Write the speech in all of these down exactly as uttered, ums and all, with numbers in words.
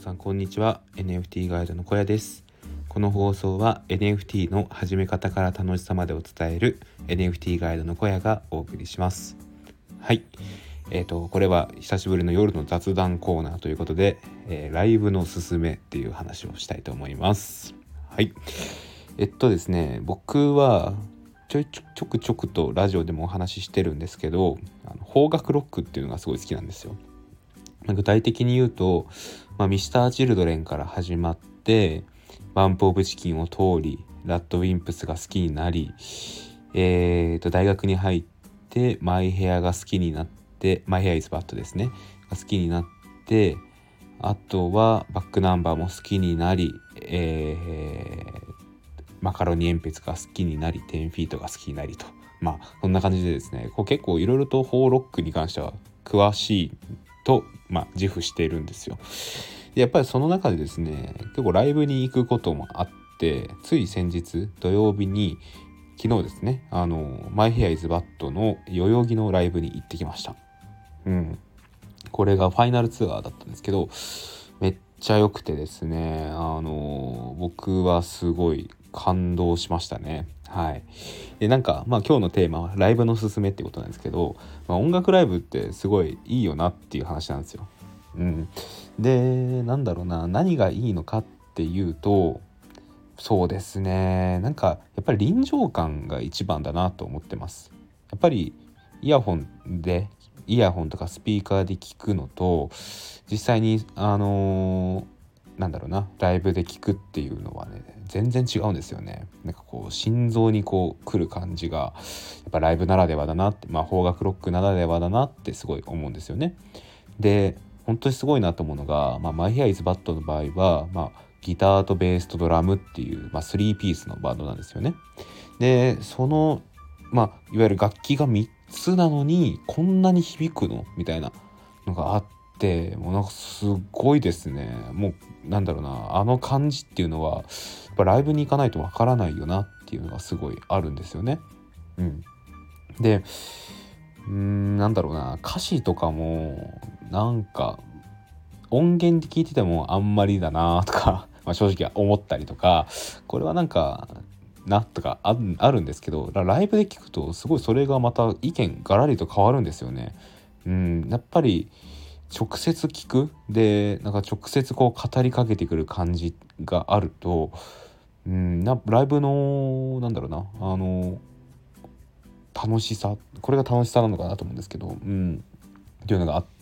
さんこんにちは。 エヌエフティー ガイドの小屋です。この放送は エヌエフティー の始め方から楽しさまでを伝える エヌエフティー ガイドの小屋がお送りします。はい、えーとこれは久しぶりの夜の雑談コーナーということで、えー、ライブのすすめっていう話をしたいと思います。はい、えっとですね僕はちょいちょちょくちょくとラジオでもお話ししてるんですけど、あの邦楽ロックっていうのがすごい好きなんですよ。具体的に言うと、まあ、ミスターチルドレンから始まってバンプオブチキンを通りラッドウィンプスが好きになり、えー、と大学に入ってマイヘアが好きになってマイヘアイズバッドですねが好きになって、あとはバックナンバーも好きになり、えー、マカロニ鉛筆が好きになりテンフィートが好きになりと、まあこんな感じでですね、こう結構いろいろと邦ロックに関しては詳しいと、まあ、自負しているんですよ。でやっぱりその中でですね結構ライブに行くこともあって、つい先日土曜日に昨日ですねあのマイヘアイズバッドの代々木のライブに行ってきました。うんこれがファイナルツアーだったんですけど、めっちゃ良くてですね、あの僕はすごい感動しましたね。はい。でなんかまあ今日のテーマはライブのすすめってことなんですけど、まあ、音楽ライブってすごいいいよなっていう話なんですよ。うん。でなんだろうな、何がいいのかっていうと、そうですね、なんかやっぱり臨場感が一番だなと思ってます。やっぱりイヤホンでイヤホンとかスピーカーで聞くのと実際にあのーなんだろうなライブで聞くっていうのはね全然違うんですよね。なんかこう心臓にこう来る感じがやっぱライブならではだなって、まあ邦楽ロックならではだなってすごい思うんですよね。で本当にすごいなと思うのが、まあ、マイヘアイズバッドの場合は、まあ、ギターとベースとドラムっていう、まあ、スリーピースのバンドなんですよね。でその、まあ、いわゆる楽器がみっつなのにこんなに響くのみたいなのがあって、もうなんかすごいですね。もうなんだろうな、あの感じっていうのはやっぱライブに行かないとわからないよなっていうのがすごいあるんですよね。うん、でうーんなんだろうな、歌詞とかもなんか音源で聞いててもあんまりだなとかまあ正直思ったりとか、これはなんかなとかある、あるんですけど、ライブで聞くとすごいそれがまた意見ガラリと変わるんですよね。うんやっぱり直接聞くでなんか直接こう語りかけてくる感じがあると、うんなライブのなんだろうなあの楽しさ、これが楽しさなのかなと思うんですけど、うんっていうのがあって、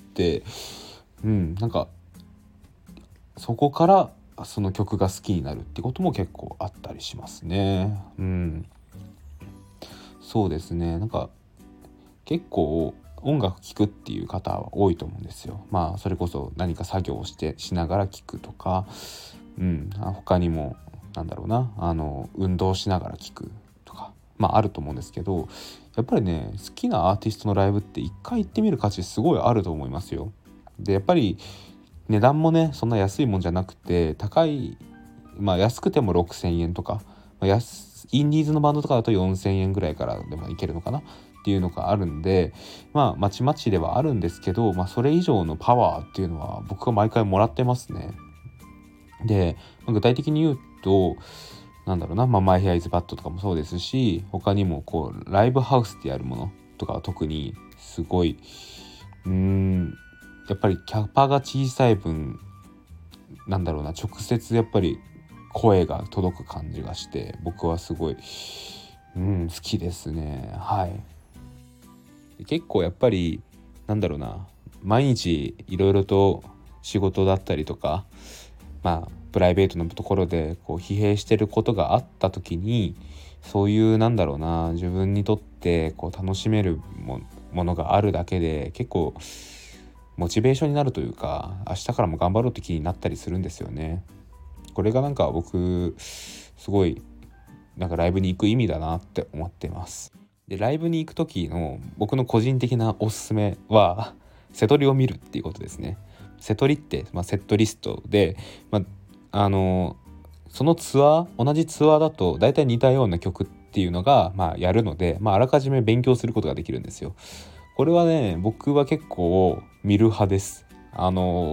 うんなんかそこからその曲が好きになるってことも結構あったりしますね。うんそうですね、なんか結構音楽聴くっていう方は多いと思うんですよ。まあそれこそ何か作業をしてしながら聴くとか、うん他にもなんだろうなあの運動しながら聴くとか、まああると思うんですけど、やっぱりね好きなアーティストのライブって一回行ってみる価値すごいあると思いますよ。でやっぱり値段もねそんな安いもんじゃなくて、高いまあ安くてもろくせんえんとか、まあ、安インディーズのバンドとかだとよんせんえんぐらいからでもいけるのかなっていうのがあるんで、まあまちまちではあるんですけど、まあそれ以上のパワーっていうのは僕は毎回もらってますね。で、まあ具体的に言うとなんだろうな、まあ、マイヘアイズバッドとかもそうですし、他にもこうライブハウスでやるものとかは特にすごいうーんやっぱりキャパが小さい分なんだろうな直接やっぱり声が届く感じがして僕はすごいうん好きですね。はい結構やっぱりなんだろうな、毎日いろいろと仕事だったりとかまあプライベートのところでこう疲弊してることがあった時に、そういうなんだろうな自分にとってこう楽しめるもものがあるだけで結構モチベーションになるというか、明日からも頑張ろうって気になったりするんですよね。これがなんか僕すごいなんかライブに行く意味だなって思ってます。でライブに行く時の僕の個人的なおすすめはセトリを見るっていうことですね。セトリって、まあ、セットリストで、まあ、あのそのツアー同じツアーだと大体似たような曲っていうのが、まあ、やるので、まあ、あらかじめ勉強することができるんですよ。これはね僕は結構見る派です。あの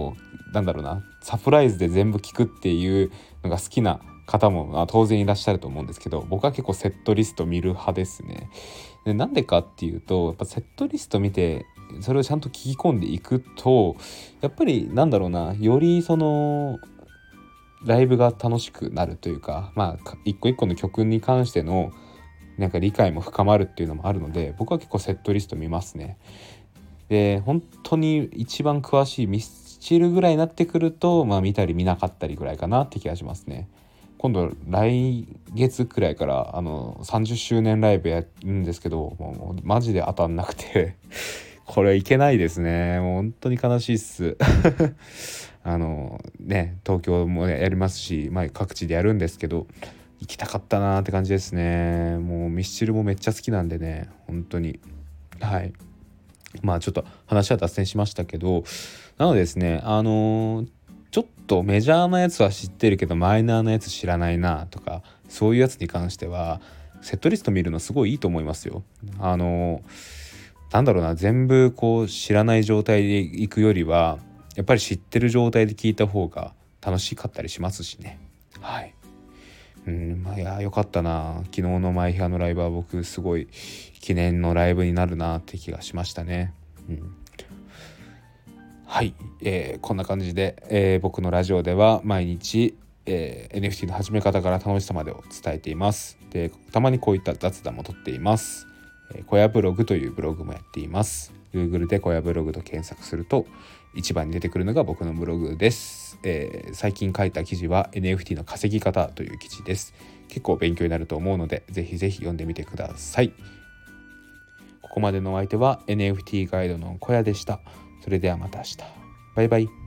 なんだろうなサプライズで全部聞くっていうのが好きな方も、まあ、当然いらっしゃると思うんですけど、僕は結構セットリスト見る派ですね。でなんでかっていうと、やっぱセットリスト見てそれをちゃんと聞き込んでいくと、やっぱりなんだろうなよりそのライブが楽しくなるというか、まあ一個一個の曲に関してのなんか理解も深まるっていうのもあるので、僕は結構セットリスト見ますね。で本当に一番詳しいミスチルぐらいになってくると、まあ見たり見なかったりぐらいかなって気がしますね。今度来月くらいからあのさんじゅっしゅうねんライブやるんですけど、もうマジで当たんなくてこれいけないですね。もう本当に悲しいっすあのね東京もやりますし、まあ、各地でやるんですけど、行きたかったなーって感じですね。もうミスチルもめっちゃ好きなんでね、本当に。はい。まあちょっと話は脱線しましたけど、なのでですね、あのーちょっとメジャーなやつは知ってるけどマイナーなやつ知らないなとか、そういうやつに関してはセットリスト見るのすごいいいと思いますよ。あのーなんだろうな全部こう知らない状態で行くよりは、やっぱり知ってる状態で聞いた方が楽しかったりしますしね。はい。うんまあ、いやよかったな。昨日のマイヒアのライブは僕すごい記念のライブになるなって気がしましたね。うんはい、えー、こんな感じで、えー、僕のラジオでは毎日、えー、エヌエフティー の始め方から楽しさまでを伝えています。でたまにこういった雑談も撮っています。えー、小屋ブログというブログもやっています。 Google で小屋ブログと検索すると一番に出てくるのが僕のブログです。えー、最近書いた記事は エヌエフティー の稼ぎ方という記事です。結構勉強になると思うのでぜひぜひ読んでみてください。ここまでのお相手は エヌエフティー ガイドの小屋でした。それではまた明日。バイバイ。